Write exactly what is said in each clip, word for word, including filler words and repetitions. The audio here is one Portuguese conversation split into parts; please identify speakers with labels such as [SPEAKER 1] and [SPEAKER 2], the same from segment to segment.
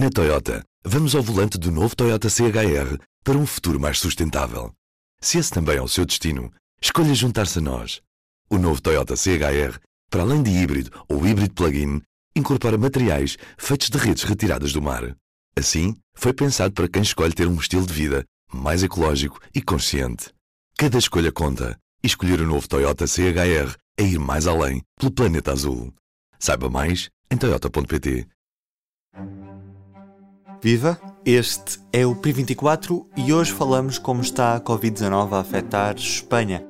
[SPEAKER 1] Na Toyota, vamos ao volante do novo Toyota C H R para um futuro mais sustentável. Se esse também é o seu destino, escolha juntar-se a nós. O novo Toyota C H R, para além de híbrido ou híbrido plug-in, incorpora materiais feitos de redes retiradas do mar. Assim, foi pensado para quem escolhe ter um estilo de vida mais ecológico e consciente. Cada escolha conta, e escolher o novo Toyota C H R é ir mais além pelo planeta azul. Saiba mais em toyota ponto pt.
[SPEAKER 2] Viva! Este é o P vinte e quatro e hoje falamos como está a covid dezanove a afetar Espanha.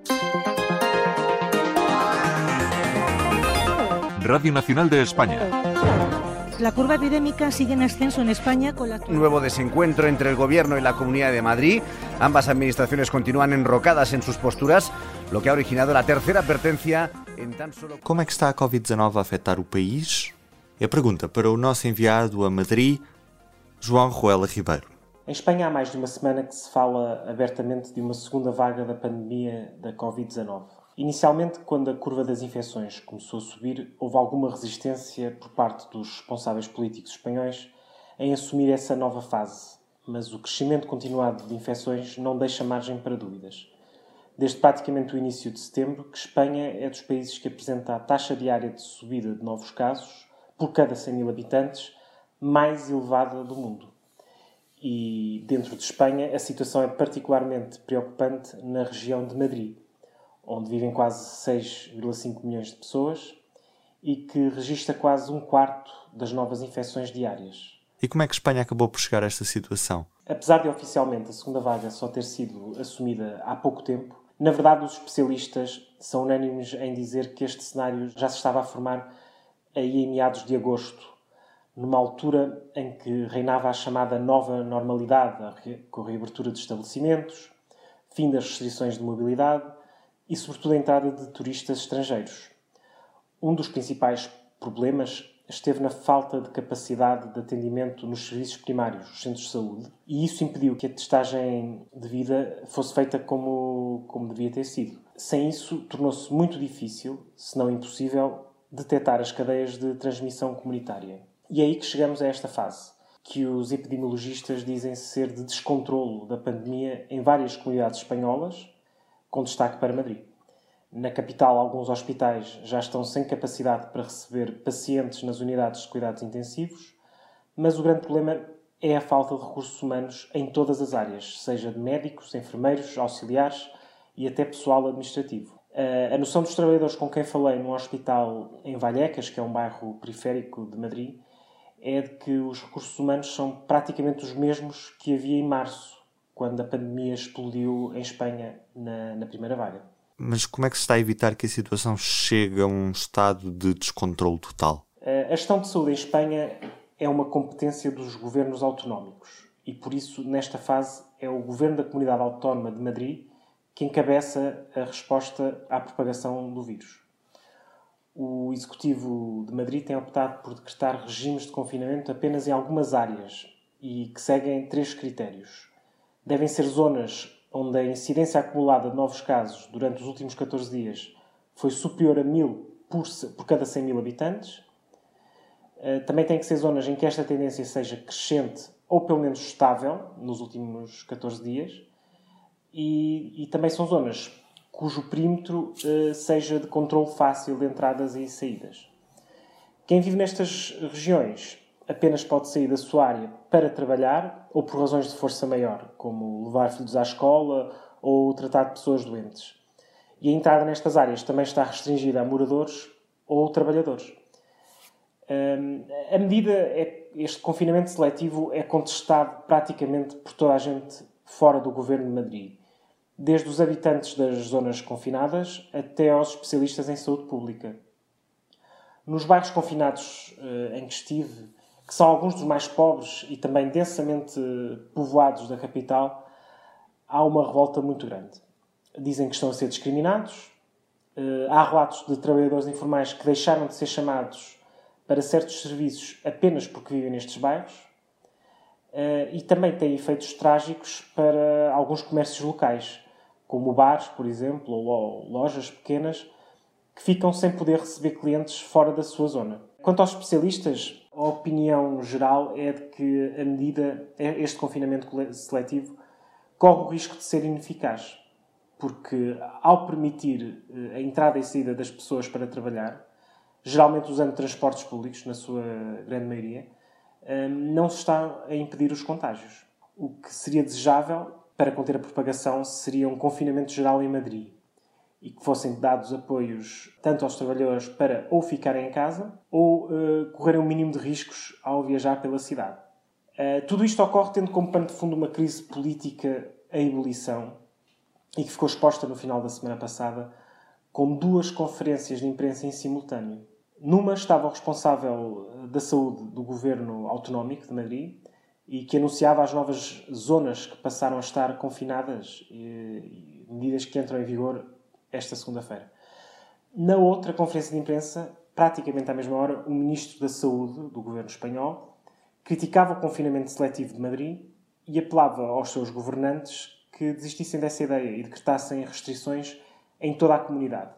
[SPEAKER 3] Radio Nacional de España.
[SPEAKER 4] La curva epidémica sigue en ascenso en España con la...
[SPEAKER 5] Nuevo desencuentro entre el Gobierno y la Comunidad de Madrid. Ambas administraciones continúan enrocadas en sus posturas, lo que ha originado la tercera advertencia en tan solo...
[SPEAKER 2] Como é que está a covid dezanove a afetar o país? É a pergunta para o nosso enviado a Madrid, João Ruela Ribeiro.
[SPEAKER 6] Em Espanha há mais de uma semana que se fala abertamente de uma segunda vaga da pandemia da covid dezanove. Inicialmente, quando a curva das infecções começou a subir, houve alguma resistência por parte dos responsáveis políticos espanhóis em assumir essa nova fase, mas o crescimento continuado de infecções não deixa margem para dúvidas. Desde praticamente o início de setembro, que Espanha é dos países que apresenta a taxa diária de subida de novos casos, por cada cem mil habitantes, mais elevada do mundo. E, dentro de Espanha, a situação é particularmente preocupante na região de Madrid, onde vivem quase seis vírgula cinco milhões de pessoas e que registra quase um quarto das novas infecções diárias.
[SPEAKER 2] E como é que Espanha acabou por chegar a esta situação?
[SPEAKER 6] Apesar de oficialmente a segunda vaga só ter sido assumida há pouco tempo, na verdade os especialistas são unânimes em dizer que este cenário já se estava a formar aí em meados de agosto, numa altura em que reinava a chamada nova normalidade, com a reabertura de estabelecimentos, fim das restrições de mobilidade e, sobretudo, a entrada de turistas estrangeiros. Um dos principais problemas esteve na falta de capacidade de atendimento nos serviços primários, os centros de saúde, e isso impediu que a testagem devida fosse feita como, como devia ter sido. Sem isso, tornou-se muito difícil, se não impossível, detectar as cadeias de transmissão comunitária. E é aí que chegamos a esta fase, que os epidemiologistas dizem ser de descontrolo da pandemia em várias comunidades espanholas, com destaque para Madrid. Na capital, alguns hospitais já estão sem capacidade para receber pacientes nas unidades de cuidados intensivos, mas o grande problema é a falta de recursos humanos em todas as áreas, seja de médicos, enfermeiros, auxiliares e até pessoal administrativo. A noção dos trabalhadores com quem falei num hospital em Vallecas, que é um bairro periférico de Madrid, é de que os recursos humanos são praticamente os mesmos que havia em março, quando a pandemia explodiu em Espanha na, na primeira vaga.
[SPEAKER 2] Mas como é que se está a evitar que a situação chegue a um estado de descontrole total?
[SPEAKER 6] A gestão de saúde em Espanha é uma competência dos governos autonómicos e, por isso, nesta fase, é o Governo da Comunidade Autónoma de Madrid que encabeça a resposta à propagação do vírus. O Executivo de Madrid tem optado por decretar regimes de confinamento apenas em algumas áreas e que seguem três critérios. Devem ser zonas onde a incidência acumulada de novos casos durante os últimos catorze dias foi superior a mil por, por cada cem mil habitantes. Também tem que ser zonas em que esta tendência seja crescente ou pelo menos estável nos últimos catorze dias. E, e também são zonas cujo perímetro uh, seja de controle fácil de entradas e saídas. Quem vive nestas regiões apenas pode sair da sua área para trabalhar ou por razões de força maior, como levar filhos à escola ou tratar de pessoas doentes. E a entrada nestas áreas também está restringida a moradores ou trabalhadores. Um, a medida, é, este confinamento seletivo é contestado praticamente por toda a gente fora do Governo de Madrid, desde os habitantes das zonas confinadas até aos especialistas em saúde pública. Nos bairros confinados uh, em que estive, que são alguns dos mais pobres e também densamente povoados da capital, há uma revolta muito grande. Dizem que estão a ser discriminados, uh, há relatos de trabalhadores informais que deixaram de ser chamados para certos serviços apenas porque vivem nestes bairros, uh, e também tem efeitos trágicos para alguns comércios locais, como bares, por exemplo, ou lojas pequenas, que ficam sem poder receber clientes fora da sua zona. Quanto aos especialistas, A opinião geral é de que a medida, este confinamento seletivo, corre o risco de ser ineficaz, porque ao permitir a entrada e saída das pessoas para trabalhar, geralmente usando transportes públicos, na sua grande maioria, não se está a impedir os contágios. O que seria desejável para conter a propagação seria um confinamento geral em Madrid e que fossem dados apoios tanto aos trabalhadores para ou ficarem em casa ou uh, correrem um mínimo de riscos ao viajar pela cidade. Uh, tudo isto ocorre tendo como pano de fundo uma crise política em ebulição e que ficou exposta no final da semana passada com duas conferências de imprensa em simultâneo. Numa estava o responsável da saúde do governo autonómico de Madrid e que anunciava as novas zonas que passaram a estar confinadas e, e medidas que entram em vigor esta segunda-feira. Na outra conferência de imprensa, praticamente à mesma hora, o Ministro da Saúde do governo espanhol criticava o confinamento seletivo de Madrid e apelava aos seus governantes que desistissem dessa ideia e decretassem restrições em toda a comunidade.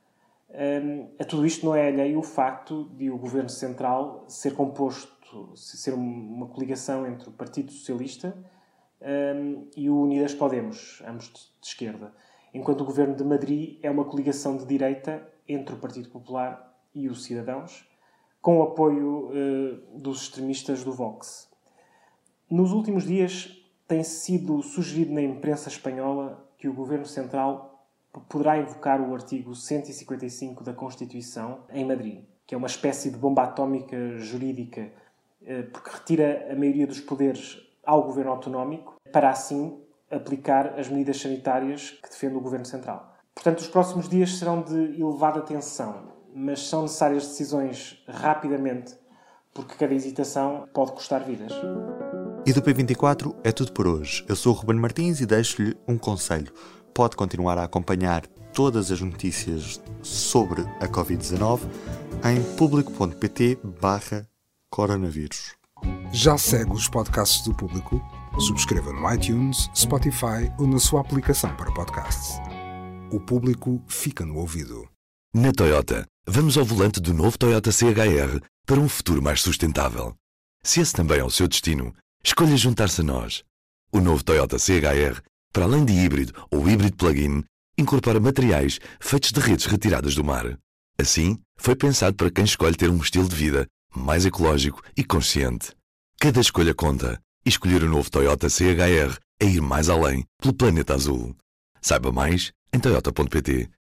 [SPEAKER 6] Um, a tudo isto não é alheio o facto de o Governo Central ser composto, ser uma coligação entre o Partido Socialista um, e o Unidas Podemos, ambos de, de esquerda, enquanto o Governo de Madrid é uma coligação de direita entre o Partido Popular e os Cidadãos, com o apoio uh, dos extremistas do Vox. Nos últimos dias tem sido sugerido na imprensa espanhola que o Governo Central poderá invocar o artigo cento e cinquenta e cinco da Constituição em Madrid, que é uma espécie de bomba atómica jurídica, porque retira a maioria dos poderes ao Governo Autonómico para, assim, aplicar as medidas sanitárias que defende o Governo Central. Portanto, os próximos dias serão de elevada tensão, mas são necessárias decisões rapidamente, porque cada hesitação pode custar vidas.
[SPEAKER 2] E do P vinte e quatro é tudo por hoje. Eu sou o Ruben Martins e deixo-lhe um conselho. Pode continuar a acompanhar todas as notícias sobre a covid dezanove em público.pt barra coronavírus.
[SPEAKER 7] Já segue os podcasts do Público? Subscreva no iTunes, Spotify ou na sua aplicação para podcasts. O Público fica no ouvido.
[SPEAKER 1] Na Toyota, vamos ao volante do novo Toyota C H R para um futuro mais sustentável. Se esse também é o seu destino, escolha juntar-se a nós. O novo Toyota C H R, para além de híbrido ou híbrido plug-in, incorpora materiais feitos de redes retiradas do mar. Assim, foi pensado para quem escolhe ter um estilo de vida mais ecológico e consciente. Cada escolha conta e escolher o novo Toyota C H R é ir mais além pelo planeta azul. Saiba mais em toyota ponto pt.